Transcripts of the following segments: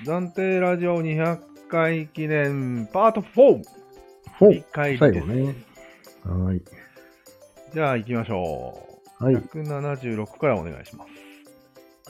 暫定ラジオ200回記念パート 4! ほう振り返り最です。 後ね。はい。 じゃあ行きましょう。 はい。 176からお願いします。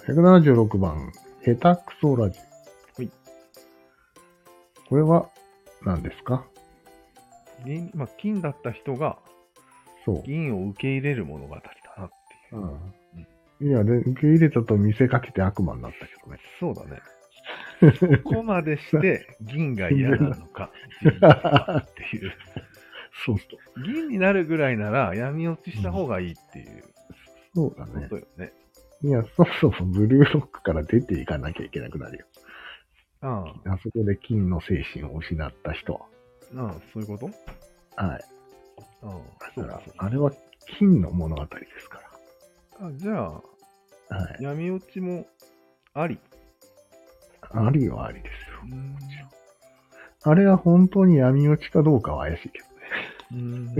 176番、下手くそラジオ。 はい。 これは何ですか？ 金だった人がそう。 銀を受け入れる物語だなっていう。 いや、で、受け入れたと見せかけて悪魔になったけどね。 そうだね。ここまでして銀が嫌なのか、自分がっていう。 そう銀になるぐらいなら闇落ちした方がいいっていうそうだねこと。よね。 いや、そもそもブルーロックから出ていかなきゃいけなくなるよ。 ああそこで金の精神を失った人は。 あ、そういうこと？ はい。 ああ、 だから、あれは金の物語ですかじゃあ、 ら。はい。 闇落ちもあり。 ありはありですよ。あれは本当に闇落ちかどうかは怪しいけどね。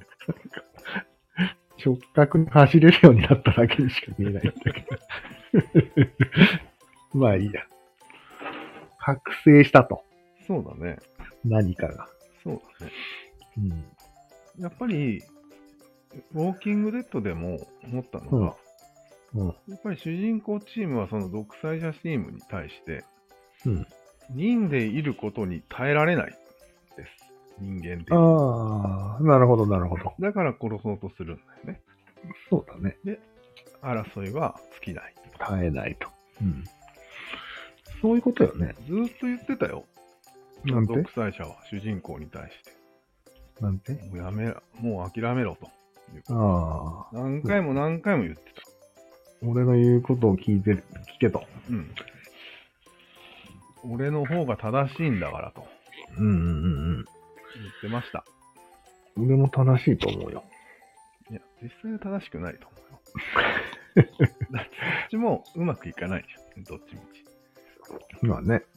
直角に走れるようになっただけにしか見えないんだけど。まあいいや。覚醒したと。 そうだね。 何かが。 そうだね。 うん。 やっぱり、ウォーキングデッドでも思ったのが、 うん。 やっぱり主人公チームはその独裁者チームに対して、 うん。 銀でいることに耐えられないです。人間的に。 ああ、なるほど、なるほど。 だから殺そうとするんだよね。 そうだね。 で、争いは尽きない。 耐えないと。うん。そういうことよね。 ずーっと言ってたよ。 なんて独裁者は主人公に対して。 なんてもう諦めろということ。 ああ。 何回も何回も言ってた。 俺の言うことを聞けと。 うん。俺の方が正しいんだからとうんうんうんうん。 言ってました。 俺も正しいと思うよ。 いや、実際は正しくないと思うよ。だってどっちもうまくいかないじゃん。どっちみち。 まあね。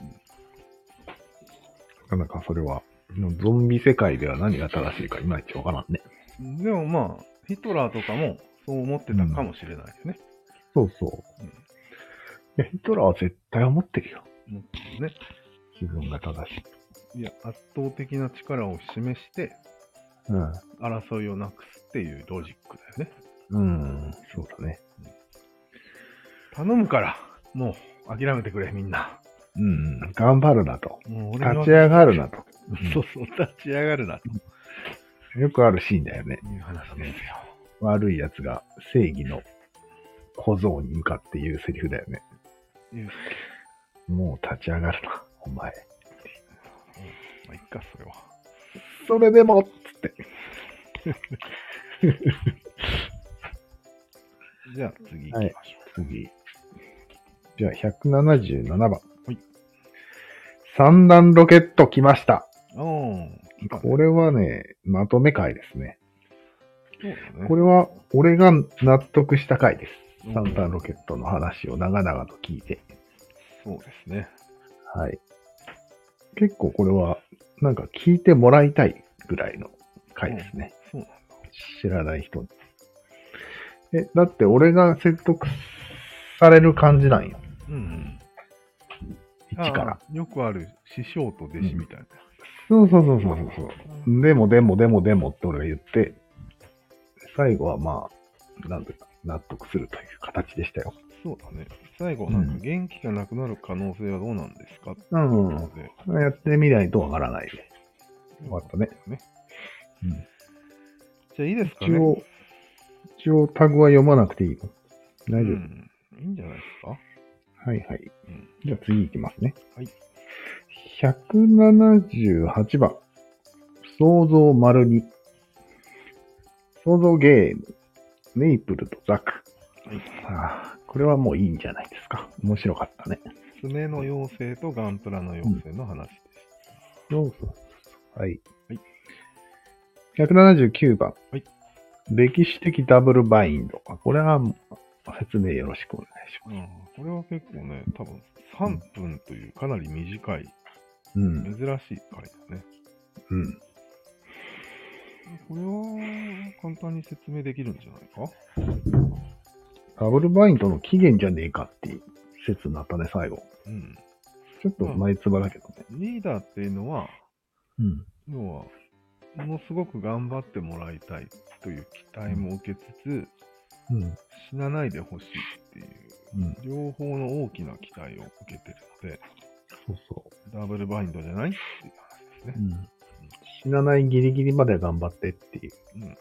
なかなかそれは、ゾンビ世界では何が正しいかいまいちわからんね。 でもまあ、ヒトラーとかもそう思ってたかもしれないよね。 そうそう。 うんいや、ヒトラーは絶対思ってるよ。 思ってるね。 自分が正しい。 いや、圧倒的な力を示して、争いをなくすっていうロジックだよね。 そうだね。 頼むから、もう諦めてくれ、みんな。 頑張るなと。 もう立ち上がるなと。 そうそう、立ち上がるなとよくあるシーンだよね。 いう話ですよ。 悪い奴が正義の小僧に向かって言うセリフだよね。もう立ち上がるな、お前。 まあ、いっか、それは。 それでもっつって。 じゃあ次行きましょう。 次。じゃあ177番。 はい。 三段ロケット来ました。 来たね。 これはね、まとめ回ですね。 そうだね。 これは俺が納得した回です。 うん三段ロケットの話を長々と聞いて。 そうですね。 はい。結構これは、なんか聞いてもらいたいぐらいの回ですね。 そうなんだ。 知らない人に。だって俺が説得される感じなんよ。一から。 ああよくある師匠と弟子みたいな。 そう。でもって俺が言って、最後はまあ、なんていうか、納得するという形でしたよ。 そうだね。最後なんか元気がなくなる可能性はどうなんですかってうん。やってみないとわからないで。終わったね。 じゃあいいですかね。 一応タグは読まなくていいの？大丈夫？ いいんじゃないですか。 はい。じゃあ次行きますね。 はい。 178番。創造丸2。創造ゲーム。メイプルとザク。これはもういいんじゃないですか。面白かったね。 爪の妖精とガンプラの妖精の話です。 そう。はい。179番。 はい。 歴史的ダブルバインド。これは説明よろしくお願いします。 これは結構ね、多分3分というかなり短い、珍しい回だね。これは簡単に説明できるんじゃないか？ ダブルバインドの起源じゃねえかっていう説になったね、最後。 ちょっと前つばだけどね。 リーダーっていうのは、 うん。 要は、ものすごく頑張ってもらいたいという期待も受けつつ、 うん。 死なないでほしいっていう、 うん。 両方の大きな期待を受けてるので、 そうそダブルバインドじゃないっていう話ですう。うね。 ん。死なないギリギリまで頑張ってっていううん。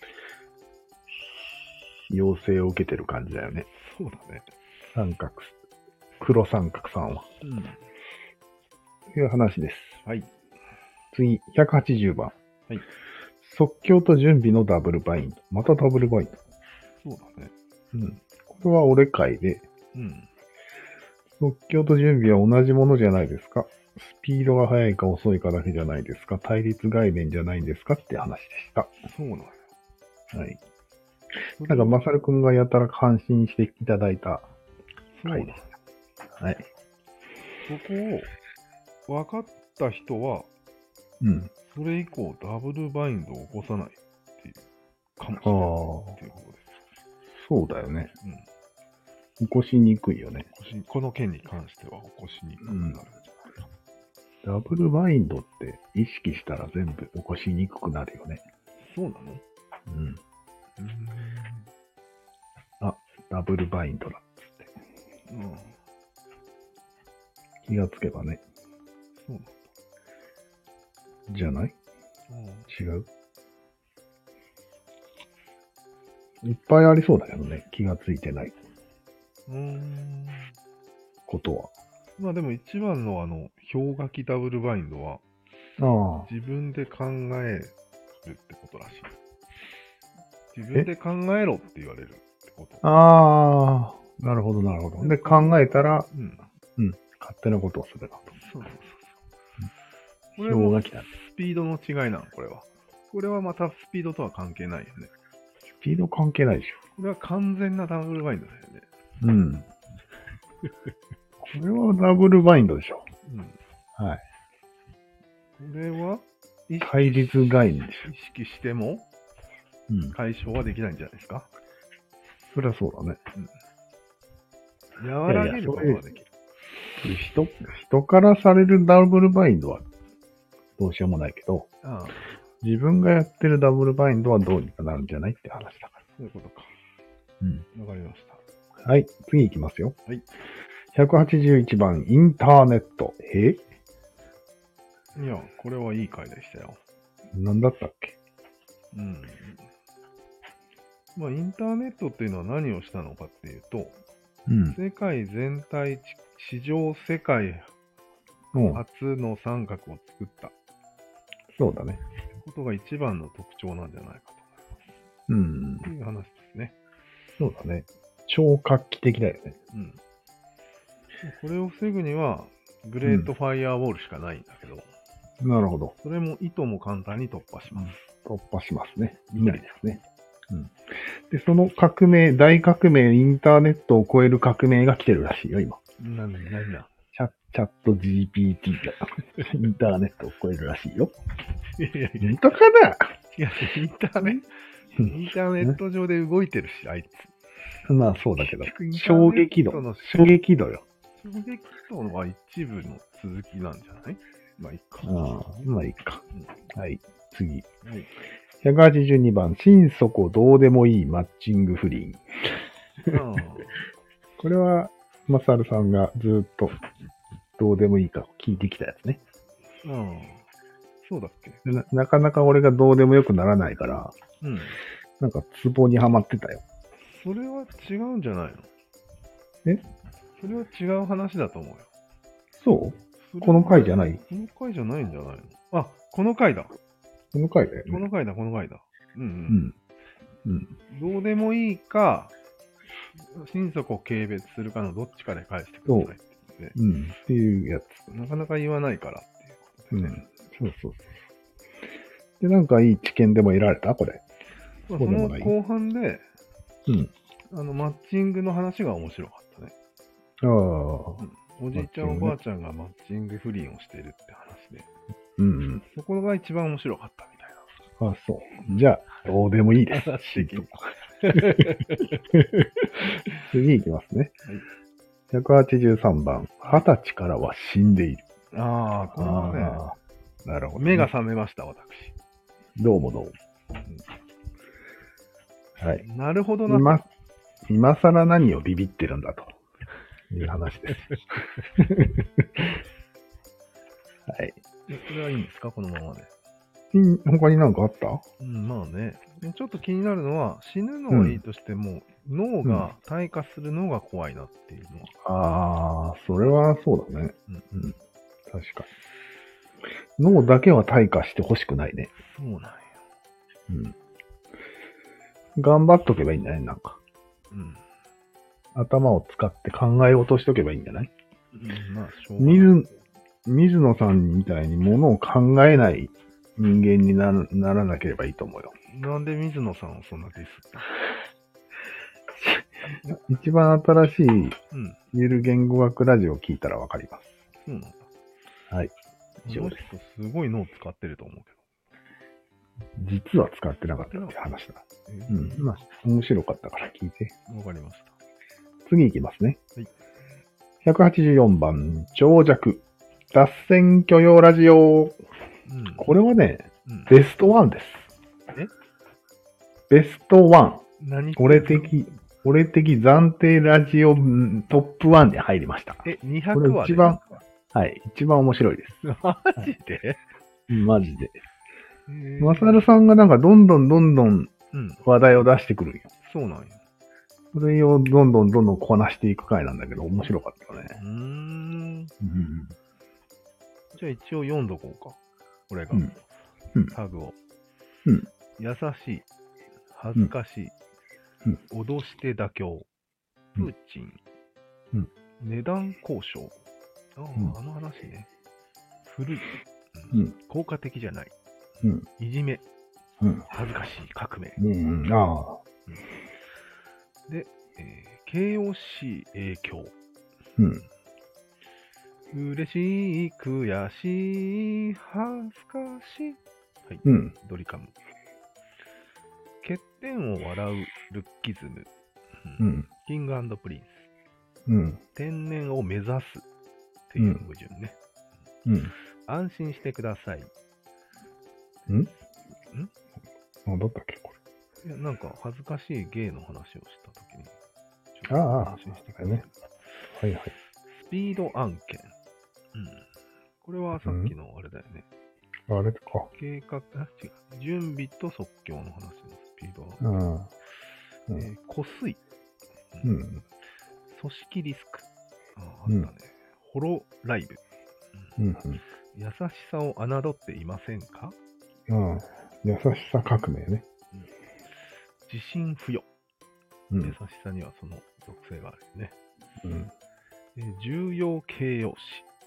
要請を受けてる感じだよね。 そうだね。 三角、黒三角さんは。 うん。 という話です。 はい。 次、180番。 はい。 即興と準備のダブルバインド。またダブルバインド。 そうだね。 うん。これは俺回で、 うん。 即興と準備は同じものじゃないですか。スピードが速いか遅いかだけじゃないですか。対立概念じゃないんですかって話でした。 そうなのよ。 はい。なんか、まさるくんがやたら感心していただいた回です。はい。 そこを分かった人は、 うん。 それ以降ダブルバインドを起こさないっていうかもしれないっていうことです。 そうだよね。 うん。 起こしにくいよね。 この件に関しては起こしにくくなるんじゃないか。 ダブルバインドって意識したら全部起こしにくくなるよね。 そうなの？ うん。ダブルバインドだっつって。 うん。 気がつけばね。 そうなんだ。 じゃない違ういっぱいありそうだけどね。気がついてないことは。 まあでも一番の氷河期ダブルバインドは、 ああ。 自分で考えるってことらしい。自分で考えろって言われるってこと。 ああ。なるほど、なるほど。で、考えたら、 うん。 勝手なことをするなと。 そうそうそう。これも氷河期だね。 スピードの違いなの、これは。これはまたスピードとは関係ないよね。 スピード関係ないでしこれは完全なダブルバインドだよね。 ょ。うん。これはダブルバインドでしょ。 うん。 はい。 これは対立概念でし意識してもょ。うん。 解消はできないんじゃないですか。 そりゃそうだね。 和らげることはできる。 人からされるダブルバインドはどうしようもないけど、 ああ、 自分がやってるダブルバインドはどうにかなるんじゃないって話だから。 そういうことか。 うん。 わかりました。 はい。次行きますよ。 はい。 181番、インターネット。 いや、これはいい回でしたよ。 何だったっけ？ うん。まあ、インターネットっていうのは何をしたのかっていうと、 うん。 世界全体、地上世界うん。 初の三角を作ったそうだね。 ことが一番の特徴なんじゃないかうん。 という話ですね。 そうだね。超画期的だよね。 うん。これを防ぐには、グレートファイアウォールしかないんだけど、 なるほど。 それもいとも簡単に突破します。 突破しますね。無理ですね。うん。で、その革命、大革命、インターネットを超える革命が来てるらしいよ、今。 なんだ。 チャット GPT がインターネットを超えるらしいよ。 いやいやいや、 本当かな違う、インターネット上で動いてるし、あいつ。 まあそうだけど結局イン、ター衝ネッ撃度トの。 衝撃度よ。 衝撃度は一部の続きなんじゃない？まあいいか。 ああ、まあいいか。はい、次。 はい。 182番、心底どうでもいいマッチング不倫。 あこれは、マサルさんがずっとどうでもいいか聞いてきたやつね。 あ、そうだっけ？ なかなか俺がどうでもよくならないから、 うん。 なんかツボにはまってたよ。 それは違うんじゃないの？ え？ それは違う話だと思うよ。 そうこの回じゃない？ この回じゃないんじゃないの？あ、この回だ。 この回だよね。 この回だ。うんうん。 どうでもいいか、心底軽蔑するかのどっちかで返してくださいって言って、 うん。っていうやつ。 なかなか言わないからっていうことでね。 そうそう。で、なんかいい知見でも得られたこれ。 まあそうでもないその後半で、 うん。 マッチングの話が面白かったね。 ああ。 おじいちゃんおばあちゃんがマッチング不倫をしているって話で、 うん。 そこが一番面白かったみたいな。 あ、そう。じゃあ、どうでもいいです。 話的に。 次いきますね。 183番、20歳からは死んでいる。 ああ、これはね、 なるほど、 目が覚めました、私。 どうもどうも。はい。 なるほどな。 今更何をビビってるんだという話です。はい。 これはいいんですか、このままで。 他に何かあった？ まあね。ちょっと気になるのは、死ぬのはいいとしても、脳が退化するのが怖いなっていうのは。それはそうだね。確かに。脳だけは退化してほしくないね。 そうなんや。 頑張っとけばいいんじゃない？なんか。頭を使って考え落としとけばいいんじゃない？ まあ、しょうがない。 水野さんみたいにものを考えない人間にならなければいいと思うよ。 なんで水野さんをそんなディスった一番新しいゆる言語学ラジオを聞いたらわかります。 そうなんだ。 はい。 以上です。すごい脳使ってると思うけど。実は使ってなかったって話だ。まあ、面白かったから聞いて。 わかりました。 次行きますね。 はい。 184番、長尺。脱線許容ラジオ。これはね、ベストワンです。ベストワン。俺的暫定ラジオトップ1で入りました。 200 これ一番面白いです。 マジで？ マジで。マサルさんがなんかどんどん話題を出してくるんよ。 そうなんよ。 それをどんどんこなしていく回なんだけど、面白かったね。 じゃあ一応読んどこうか。これが。タグを。優しい。恥ずかしい。脅して妥協。プーチン。値段交渉。あの話ね。古い。効果的じゃない。いじめ。恥ずかしい革命。で、KOC 影響。嬉しい、悔しい、恥ずかしい。はい。ドリカム。欠点を笑うルッキズム。キング&プリンス。天然を目指すっていう矛盾ね。安心してください。 何だったっけこれ。いや、なんか恥ずかしいゲイの話をしたときに。 安心してくださいね。はいはい。 スピード案件。これはさっきのあれだよね。 あれか。 違う。準備と即興の話のスピード案件。湖水。組織リスク。あったね。ホロライブ。優しさを侮っていませんか？ 優しさ革命ね。 自信付与。優しさにはその属性があるよね。重要形容詞。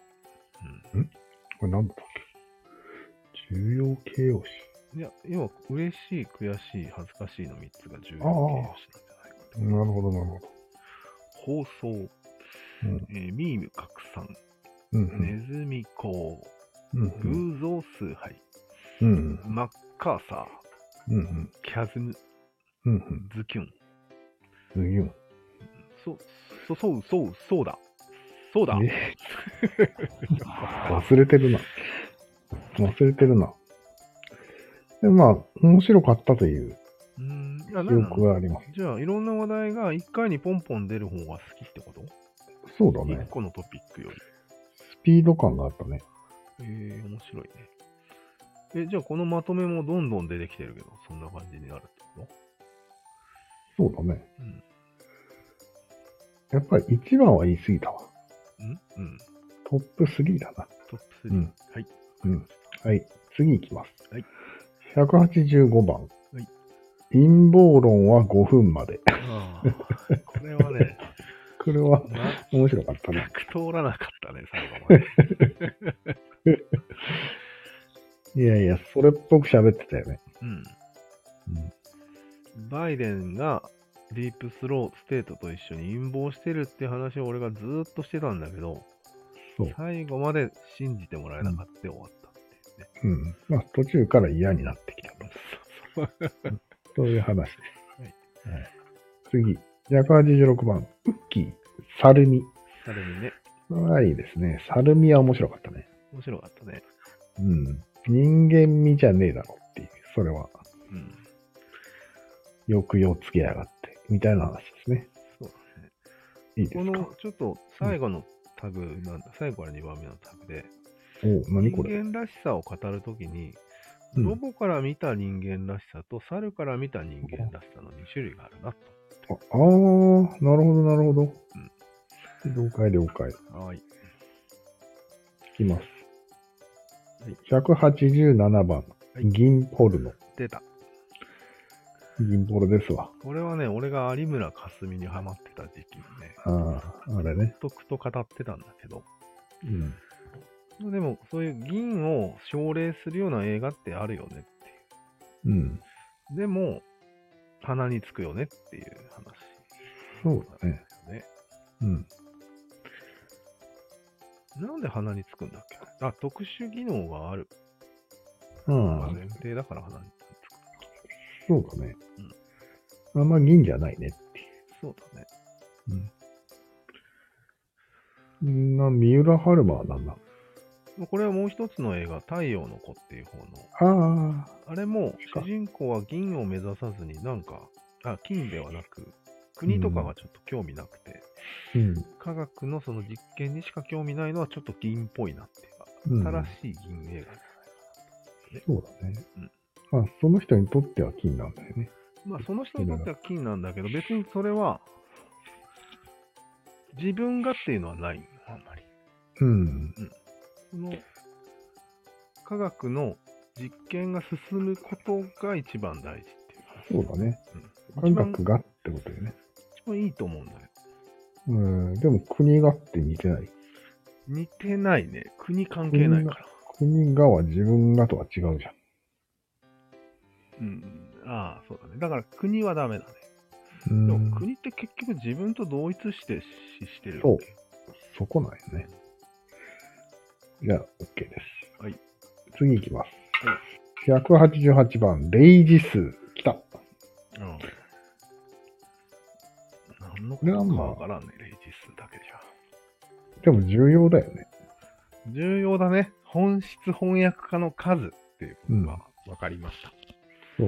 これ何だったっけ？重要形容詞。 いや、要は、嬉しい、悔しい、恥ずかしいの3つが重要形容詞なんじゃないかと。 なるほど、なるほど。 放送。ミーム拡散。ネズミ講。偶像崇拝。マッカーサー。キャズム。ズキュン。そうだ。 忘れてるな。でまあ、面白かったという記憶があります。 じゃあ、いろんな話題が1回にポンポン出る方が好きってこと？ そうだね。 1個のトピックより。 スピード感があったね。 面白いね。じゃあ、このまとめもどんどん出てきてるけど、そんな感じになるってこと？そうだね。やっぱり1番は言い過ぎたわ。トップ3だな。 トップ3。はい。 はい。次行きます。 はい。 185番。陰謀論は5分まで。 これはね。 これは面白かったね。 通らなかったね、最後まで。 いやいや、それっぽく喋ってたよね。 バイデンがディープスローステートと一緒に陰謀してるっていう話を俺がずーっとしてたんだけど、最後まで信じてもらえなかった終わったっていうね。 まあ途中から嫌になってきたと。そういう話です。次、186番、ウッキー、サルミ。 サルミね。 はいいですね。サルミは面白かったね。 面白かったね。 うん。人間味じゃねえだろっていう、それは。 うん。 抑揚つけやがって、みたいな話ですね。 そうだね。 いいですか。 この、ちょっと最後のタグなんだ、最後から2番目のタグで、 何これ。 人間らしさを語るときに、 うんロボから見た人間らしさと猿から見た人間らしさの2種類があるなと。 なるほど、なるほど。了解、了解。 はい。 いきます。187番、銀ポルノ。 出た。 銀ポルですわ。 これはね、俺が有村架純にハマってた時期にね、 あれね。 とくと語ってたんだけど、 うん。 でも、そういう銀を奨励するような映画ってあるよねっていう。 うん。 でも、鼻につくよねっていう話。 そうだね。うん。 なんで鼻につくんだっけ？特殊技能がある。前提だから鼻につく。 そうだね。あんま銀じゃないねっていう。 そうだね。 三浦春馬は何だ？ これはもう一つの映画、太陽の子っていう方の。あれも、主人公は銀を目指さずに、金ではなく、国とかがちょっと興味なくて、科学のその実験にしか興味ないのはちょっと銀っぽいなっていうか、新しい銀映画じゃないかな。 そうだね。その人にとっては金なんだよね。 その人にとっては金なんだけど、別にそれは、自分がっていうのはないの、あんまり。この科学の実験が進むことが一番大事っていう。 そうだね。科学がってことよね。 一番いいと思うんだよ。 でも国がって似てない。 似てないね。国関係ないから。 国がは自分がとは違うじゃん。そうだね。だから国はダメだね。でも国って結局自分と同一してるわけ。 そこなんよね。じゃあ、OK です。 はい。 次行きます。188番、レイジ数。来た。 何のことかわからんね、レイジ数だけじゃ。 でも重要だよね。 重要だね。本質翻訳家の数っていうことが分かりました。 そう。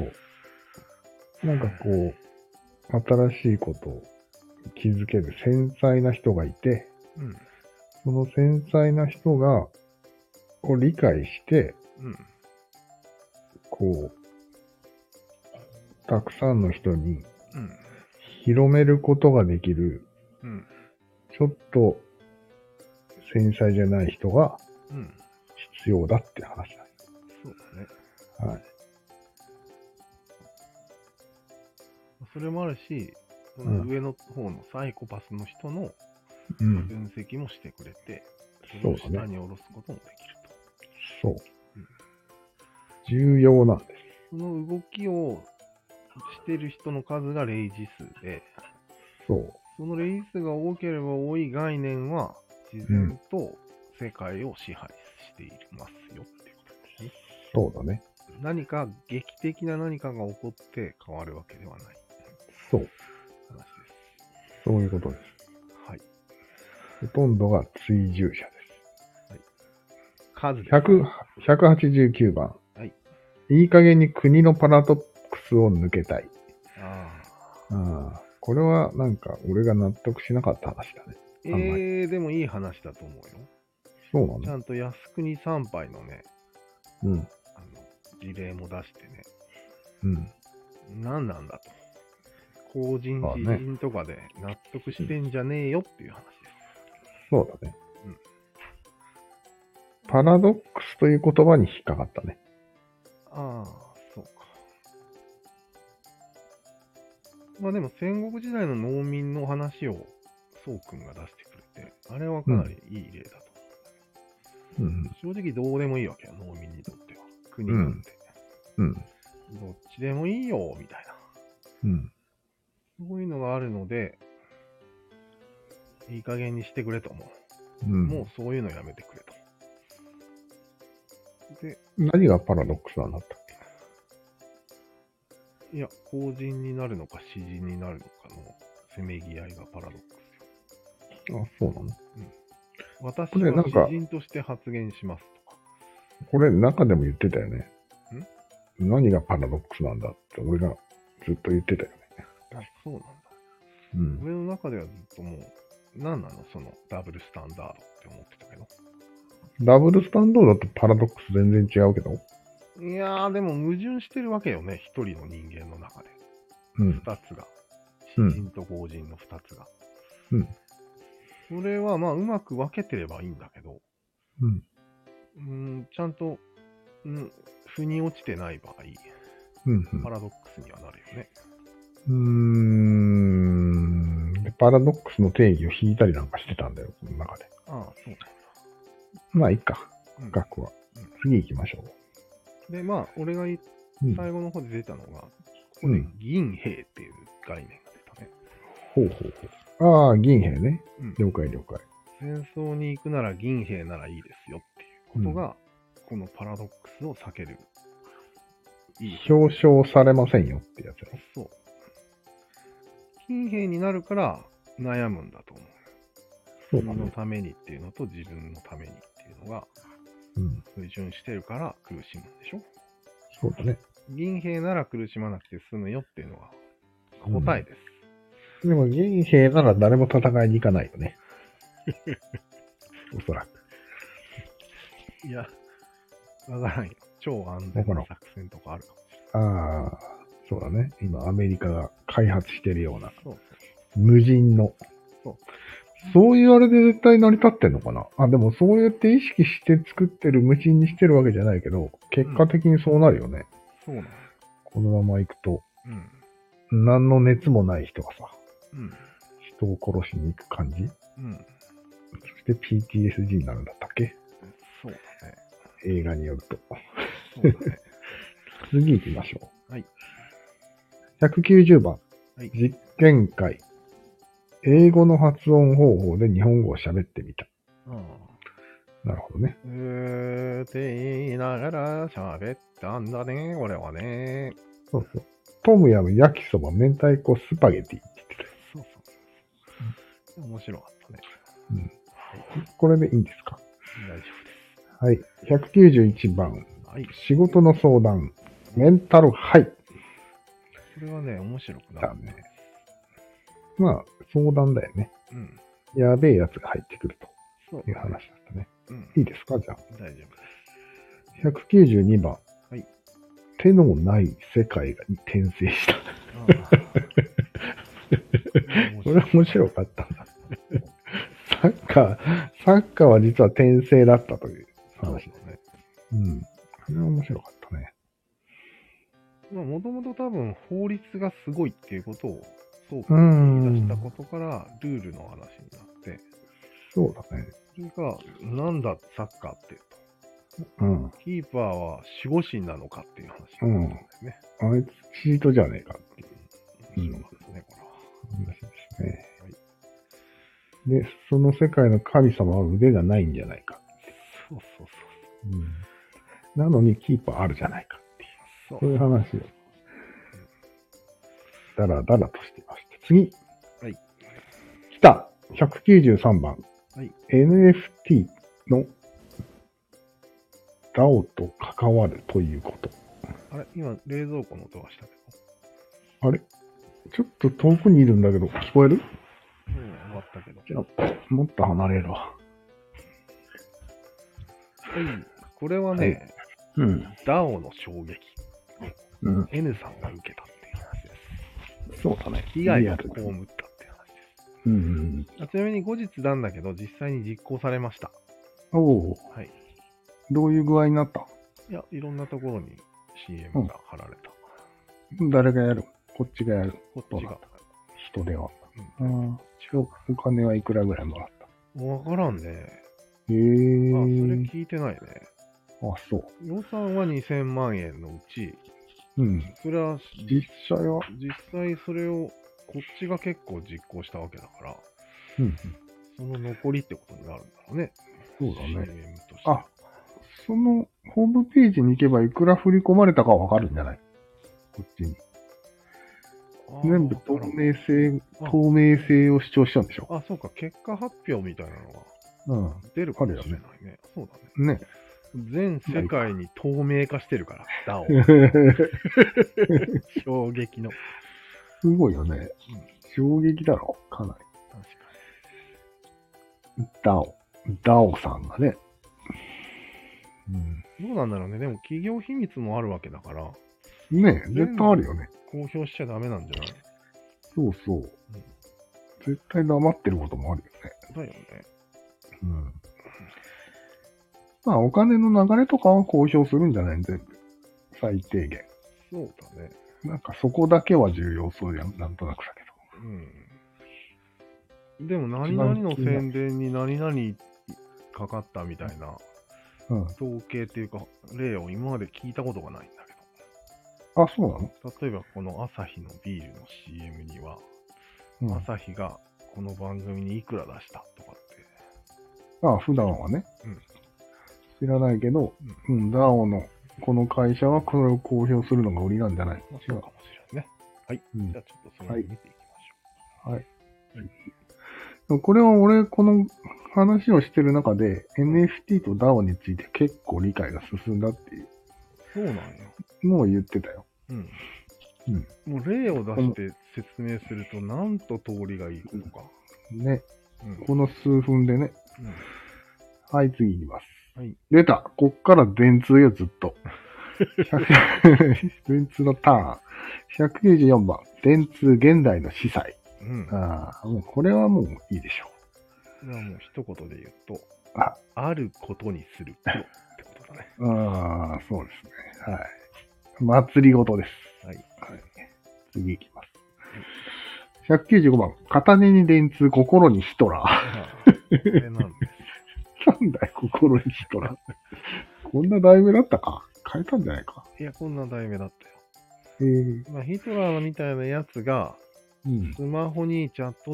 なんかこう、新しいことを気づける繊細な人がいて、その繊細な人が、理解して、たくさんの人に広めることができる、ちょっと繊細じゃない人が必要だって話だ。 そうだね。 はい。 それもあるし、その上の方のサイコパスの人の分析もしてくれて、それを下に下ろすこともできると。 そう。重要なんです。 その動きをしてる人の数がレイジ数で、そのレイジ数が多ければ多い概念は自然と世界を支配していますよっていうことですね。 そうだね。 何か劇的な何かが起こって変わるわけではない。 そう。 話です。 そういうことです。 はい。 ほとんどが追従者です。 はい。数です。 189番。 はい。 いい加減に国のパラドックスを抜けたい。これはなんか俺が納得しなかった話だね。 でもいい話だと思うよ。 そうなの？ ちゃんと靖国参拝のね、事例も出してね。何なんだと。公人自人とかで納得してんじゃねえよっていう話です。 そうだね。パラドックスという言葉に引っかかったね。 そうか。でも戦国時代の農民の話を宋君が出してくれて、あれはかなりいい例だと思う。正直どうでもいいわけよ、農民にとっては。国なんて。どっちでもいいよ、みたいな。そういうのがあるので、いい加減にしてくれと思う。もうそういうのやめてくれと。で、 何がパラドックスなんだったっけ？いや、公人になるのか詩人になるのかのせめぎ合いがパラドックスよ。 あ、そうなの？ 私は詩人として発言しますとか。 これ中でも言ってたよね。何がパラドックスなんだって俺がずっと言ってたよね。 あ、そうなんだ。 うん。 俺の中ではずっともう、何なのそのダブルスタンダードって思ってたけど。 ダブルスタンダードだとパラドックス全然違うけど。 いやー、でも矛盾してるわけよね。一人の人間の中で。 うん。 二つが。詩人と豪人の二つが。 うん。 それはまあうまく分けてればいいんだけど、 うん。 ちゃんと、腑に落ちてない場合、パラドックスにはなるよね。 パラドックスの定義を引いたりなんかしてたんだよ、この中で。 ああ、そうなんだ。 まあいいか、額は。次行きましょう。で、まあ、俺が最後の方で出たのが、ここで銀兵っていう概念が出たね。 ほうほうほう。ああ、銀兵ね。了解了解。 戦争に行くなら銀兵ならいいですよっていうことが、このパラドックスを避ける。 表彰されませんよってやつね。 そう。金兵になるから悩むんだと思う。 そうだね。 自分のためにっていうのと自分のためにっていうのが、矛盾してるから苦しむんでしょ？ そうだね。 銀兵なら苦しまなくて済むよっていうのが答えです。 でも銀兵なら誰も戦いに行かないよね。おそらく。 いや、わからんよ。超安全な作戦とかあるかもしれない。 ああ、そうだね。今アメリカが開発してるような。無人の。そういうあれで絶対成り立ってんのかな。あ、でもそうやって意識して作ってる、無人にしてるわけじゃないけど、結果的にそうなるよね。 そうなの。 このまま行くと、何の熱もない人がさ、人を殺しに行く感じ。そして PTSD になるんだったっけ？ そうだね。 映画によると。 そうだね。 次行きましょう。はい。 190番。はい、実験会。英語の発音方法で日本語を喋ってみた。なるほどね。 って言いながら喋ったんだね、これはね。 そうそう。トムヤム、焼きそば、明太子、スパゲティって言ってた。 そうそう。面白かったね。 これでいいんですか？ 大丈夫です。はい。191番。はい、仕事の相談。メンタルハイ。 これはね、面白くなるね。 まあ、相談だよね。やべえやつが入ってくるという話だったね。いいですか？じゃあ。 大丈夫です。192番。はい。手のない世界に転生した。これ面白かったんだ。サッカーは実は転生だったという話ですね。これは面白かったね。 まあ、もともと多分法律がすごいっていうことをそう言い出したことからルールの話になって。 そうだね。 それが、なんだサッカーってと。キーパーは守護神なのかっていう話になったんだよね。 あいつチートじゃねえかっていう。 面白かったね、これは。 話ですね。はい、で、その世界の神様は腕がないんじゃないかって。 そうそうそう。 なのにキーパーあるじゃないかっていう。そういう話を。だらだらとしてました。次。はい。来た。193番。はい。NFT の DAO と関わるということ。 あれ今、冷蔵庫の音がしたけど。あれちょっと遠くにいるんだけど、聞こえる？ 終わったけど。 じゃあ、もっと離れるわ。 はい。これはね、DAO の衝撃。N さんが受けたっていう話です。 そうだね。 被害を被ったっていう話です。ちなみに後日なんだけど、実際に実行されました。 おお。はい。どういう具合になった？ いや、いろんなところに CM が貼られた。 誰がやる？こっちがやる。 こっちが。 人では。お金はいくらぐらいもらった？ わからんね。 へえ。 それ聞いてないね。 あ、そう。 予算は2000万円のうち、それは実際それをこっちが結構実行したわけだから、その残りってことになるんだろうね。 そうだね。 CM として。 あ、そのホームページに行けばいくら振り込まれたかわかるんじゃない？こっちに。 全部透明性を主張しちゃうんでしょ。 あ、そうか、結果発表みたいなのが出るかもしれないね。そうだね。 ね。 全世界に透明化してるから、ダオ。衝撃の。 すごいよね。衝撃だろ、かなり。 確かに。ダオさんがね。 どうなんだろうね。でも企業秘密もあるわけだから。 ねえ、絶対あるよね。 公表しちゃダメなんじゃない？ そうそう。絶対黙ってることもあるよね。 だよね。 まあ、お金の流れとかは公表するんじゃない全部。最低限。 そうだね。 なんかそこだけは重要そうやん、なんとなくだけど。でも何々の宣伝に何々かかったみたいな、統計っていうか、例を今まで聞いたことがないんだけど。あ、そうなの？ 例えばこのアサヒのビールの CM には、アサヒがこの番組にいくら出したとかって。 ああ、普段はね。知らないけど、ダオのこの会社はこれを公表するのが売りなんじゃない？ そうかもしれないね。はい。じゃあちょっとそれを見ていきましょう。 はい。これは俺、この話をしてる中で NFT と DAO について結構理解が進んだっていう。 そうなんよ。 もう言ってたよ。 もう例を出して説明すると何と通りがいいことか。 ね。この数分でね。はい、次いきます。 はい。 出た。こっから電通よ、ずっと。電通のターン。194番。電通現代の司祭。もうこれはもういいでしょう。もう一言で言うと、あることにするプロってことだね。 そうですね。はい。祭りごとです。 はい。 次いきます。195番。片手に電通、心にヒトラー。 これなんです。 なんだよ、心にヒトラー。こんな題名だったか？変えたんじゃないか？ いや、こんな題名だったよ。ヒトラーみたいなやつが、スマホにチャット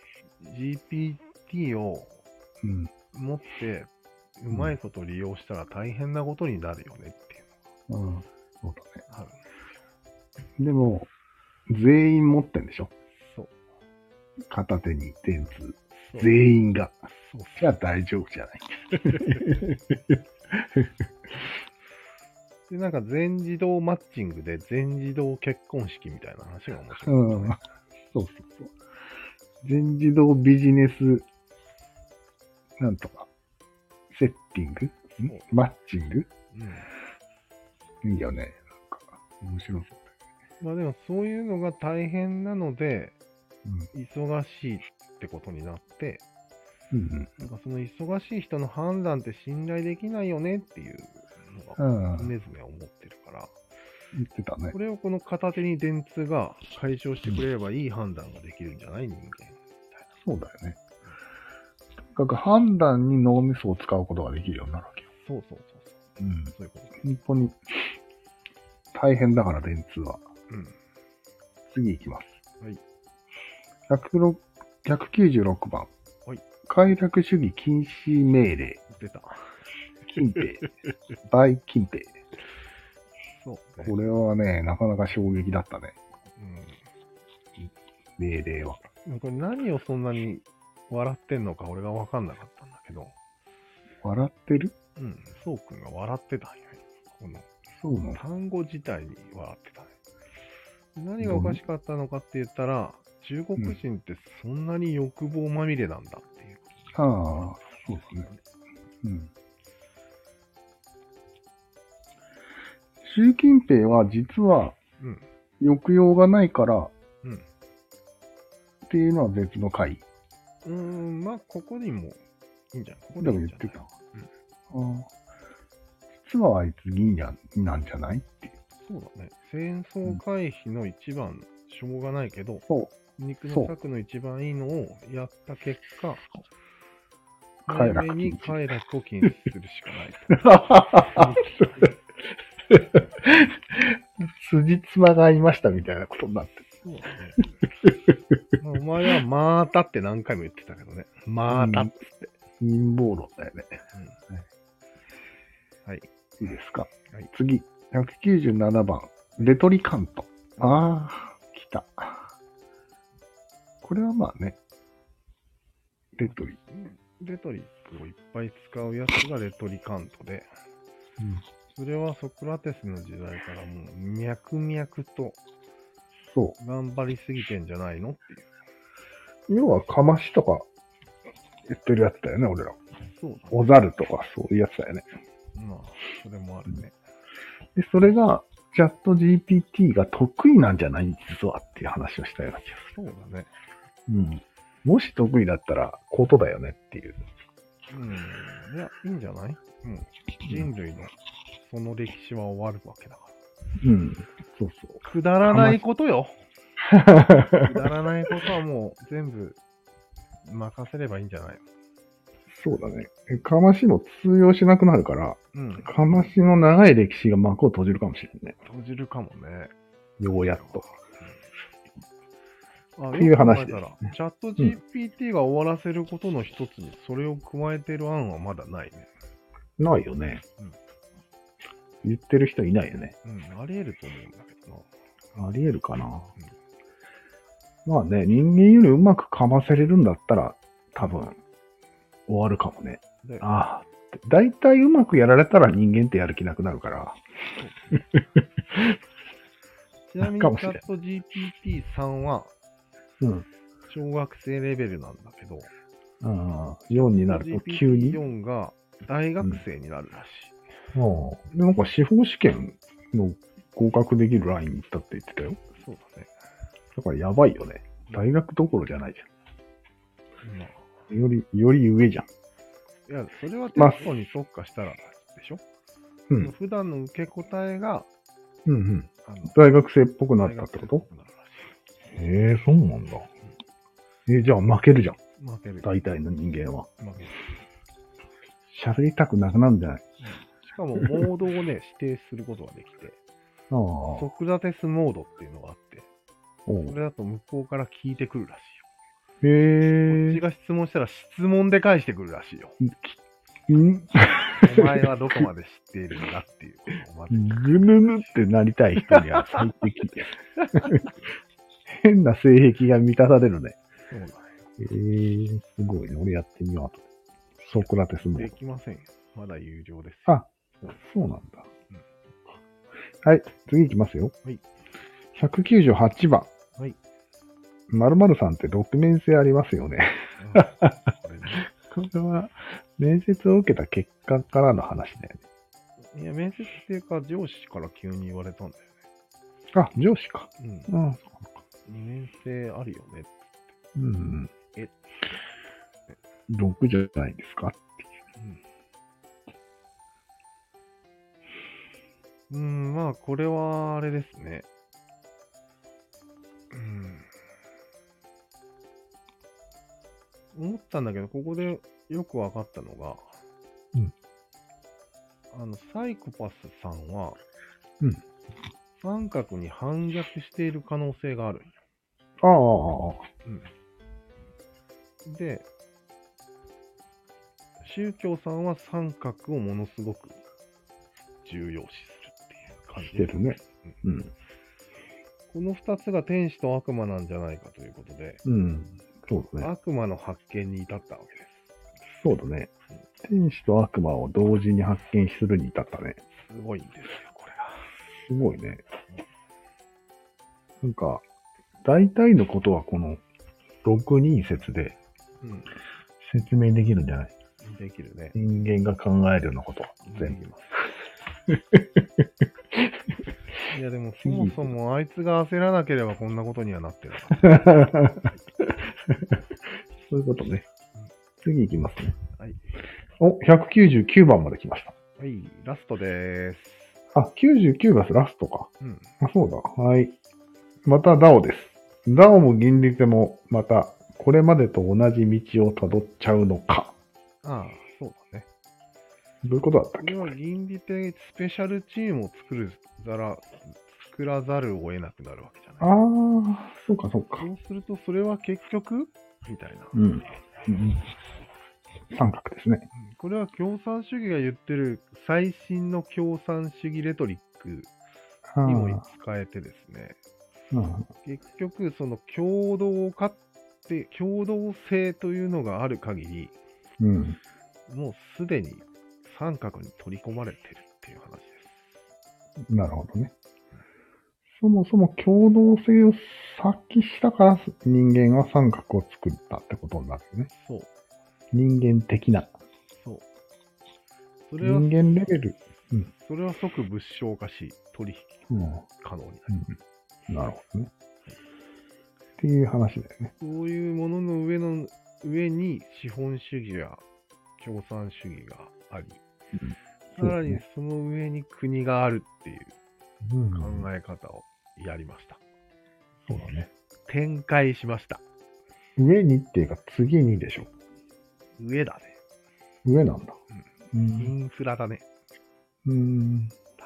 GPT を持って、うまいこと利用したら大変なことになるよねっていうのが。 そうだね。でも、全員持ってんでしょ？ そう。 片手に電通。全員が。じゃあ大丈夫じゃない。 で、なんか全自動マッチングで全自動結婚式みたいな話が面白い、ね。 そう。全自動ビジネス、なんとか、セッティング？マッチング？いいよね。なんか、面白そうだよね。 まあでもそういうのが大変なので、忙しいってことになって、なんかその忙しい人の判断って信頼できないよねっていうのが常々思ってるから、 言ってたね。 これをこの片手に電通が解消してくれればいい判断ができるんじゃない？人間みたいな。 そうだよね。とにかく判断に脳みそを使うことができるようになるわけよ。 そう。そういうこと。 本当に大変だから電通は。次行きます。 はい。 196番。 はい。 快楽主義禁止命令。 出た。 近平。バイ近平。 そうね。 これはね、なかなか衝撃だったね。命令は。 これ何をそんなに笑ってんのか俺が分かんなかったんだけど。 笑ってる？ そうくんが笑ってたんや。この単語自体に笑ってたね。何がおかしかったのかって言ったら、中国人ってそんなに欲望まみれなんだっていう。 そうですね。習近平は実は、抑揚がないから、っていうのは別の回。 まあ、ここにもいいんじゃない？ここでも言ってた。実はあいつ銀やなんじゃないっていう。 そうだね。戦争回避の一番しょうがないけど、肉の策の一番いいのをやった結果、早めに快楽を禁止するしかない。 辻褄が合いましたみたいなことになってる。 そうだね。お前はまたって何回も言ってたけどね。またっつって。 陰謀論だよね。 はい。 いいですか。次。197番。レトリカント。来た。 これはまあね、レトリ。 レトリックをいっぱい使うやつがレトリカントで、それはソクラテスの時代からもう脈々とそ頑張りすぎてんじゃないのっていう。 う。要は、かましとか言ってるやつだよね、俺ら。 そうだね。 おざるとかそういうやつだよね。 まあ、それもあるね。 で、それが、チャット GPT が得意なんじゃない実はっていう話をしたような気がすそうだね。 る。うん。もし得意だったら、ことだよねっていう。 いや、いいんじゃない？人類のその歴史は終わるわけだから。 そうそう。 くだらないことよ。くだらないことはもう全部任せればいいんじゃないの？ そうだね。かましも通用しなくなるから、かましの長い歴史が幕を閉じるかもしれないね。 閉じるかもね。 ようやっと。 っていう話です、 ね。チャット GPT が終わらせることの一つにそれを加えてる案はまだないね。 ないよね。言ってる人いないよね。 あり得ると思うんだけどな。あり得るかな。まあね、人間よりうまくかませれるんだったら、多分、終わるかもね。ああ、だいたいうまくやられたら人間ってやる気なくなるから。 ちなみにチャット GPT-3 は、小学生レベルなんだけど、 4になると急に。 4が大学生になるらしい。で、なんか司法試験の合格できるラインに行ったって言ってたよ。 そうだね。 だからやばいよね。大学どころじゃないじゃん。より上じゃん。 いや、それはテストに特化したらでしょ？普段の受け答えが、 大学生っぽくなったってこと？そうなんだ。じゃあ負けるじゃん。 負ける。 大体の人間は。 負ける。 喋りたくなくなるんじゃない？ しかも、モードをね、指定することができて、ソクラテスモードっていうのがあって、それだと向こうから聞いてくるらしいよ。こっちが質問したら質問で返してくるらしいよ。お前はどこまで知っているんだっていうことをまず。 ぐぬぬってなりたい人には最適。変な性癖が満たされるね。 そうだね。 すごいね。俺やってみようと。ソクラテスモード。 できませんよ。まだ有料です。 そうなんだ。はい、次いきますよ。198番。〇〇さんって6面性ありますよね。これは、面接を受けた結果からの話だよね。いや、面接っていうか、上司から急に言われたんだよね。 あ、上司か。 2面性あるよね。 6じゃないですかっていう。 まあ、これは、あれですね。思ったんだけど、ここでよく分かったのが、サイコパスさんは、三角に反逆している可能性があるんよ。で、宗教さんは三角をものすごく重要視するっていう感じしてるね。 この二つが天使と悪魔なんじゃないかということで、 そうだね。 悪魔の発見に至ったわけです。 そうだね。天使と悪魔を同時に発見するに至ったね。 すごいんですよ、これが。 すごいね。なんか、大体のことはこの6人説で説明できるんじゃない？ できるね。 人間が考えるようなことは全部。 いやでもそもそもあいつが焦らなければこんなことにはなってる。 そういうことね。次行きますね。199番まで来ました。 はい、ラストでーす。 99がラストか。そうだ。はい。またダオです。ダオも銀利手もまたこれまでと同じ道を辿っちゃうのか。 そうだね。 どういうことだったっけ？ これは銀利手スペシャルチームを作らざるを得なくなるわけじゃない。 そうか。そうするとそれは結局みたいな。 三角ですね。 これは共産主義が言ってる最新の共産主義レトリックにも使えてですね。結局その共同化っで、共同性というのがある限り、 うん。 もうすでに三角に取り込まれてるっていう話です。 なるほどね。そもそも共同性を発揮したから人間は三角を作ったってことになるよね。 そう。 人間的な。 そう。それは、 人間レベル。 うん。それは即物証化し、取引可能になる。 なるほどね。っていう話だよね。 そういうものの上に資本主義や共産主義があり、さらにその上に国があるっていう考え方をやりました。 そうだね。 展開しました。 上にっていうか次にでしょ。 上だね。 上なんだ。 インフラだね。多分。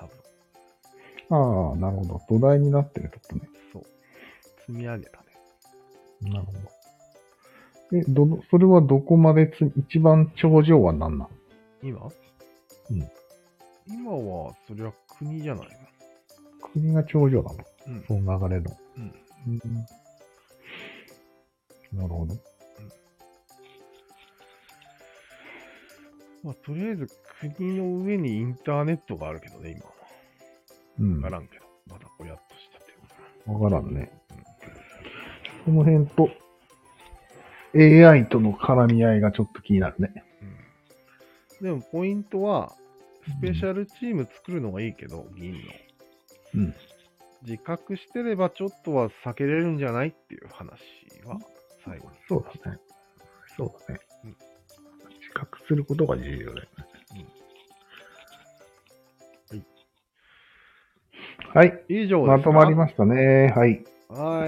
ああ、なるほど。土台になってるとこね。 そう。積み上げたね。 なるほど。それはどこまで一番頂上は何なの？ 今は、それは国じゃないの？ 国が頂上なの？その流れの。なるほど。 まあ、とりあえず国の上にインターネットがあるけどね、今は。わからんけど。まだぼやっとしたっていうわからんね。その辺と AI との絡み合いがちょっと気になるね。 でもポイントは、スペシャルチーム作るのがいいけど、議員の。自覚してればちょっとは避けれるんじゃないっていう話は最後に。 そうだね。そうだね。自覚することが重要だよね。はい。 以上です。 まとまりましたね。はい。 はい。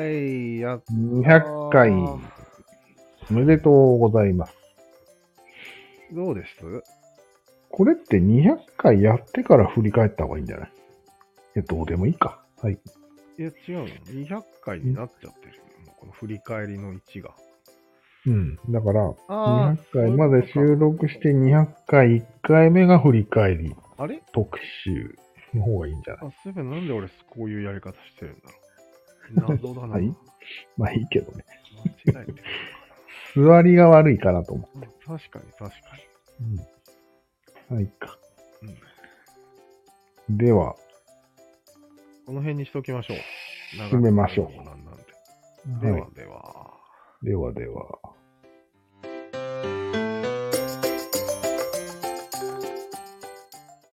200回。おめでとうございます。 どうです？ これって200回やってから振り返った方がいいんじゃない？どうでもいいか。はい。 いや、違うの。200回になっちゃってる。この振り返りの1が。 だから、200回まで収録して200回1回目が振り返り。 あれ？ 特集の方がいいんじゃない？ そういえばなんで俺こういうやり方してるんだろう。謎だな。 はい。まあいいけどね。 間違えてる。 座りが悪いかなと思って。 確かに。 はい、か。では。 この辺にしときましょう。 進めましょう。 ではでは。 ではでは。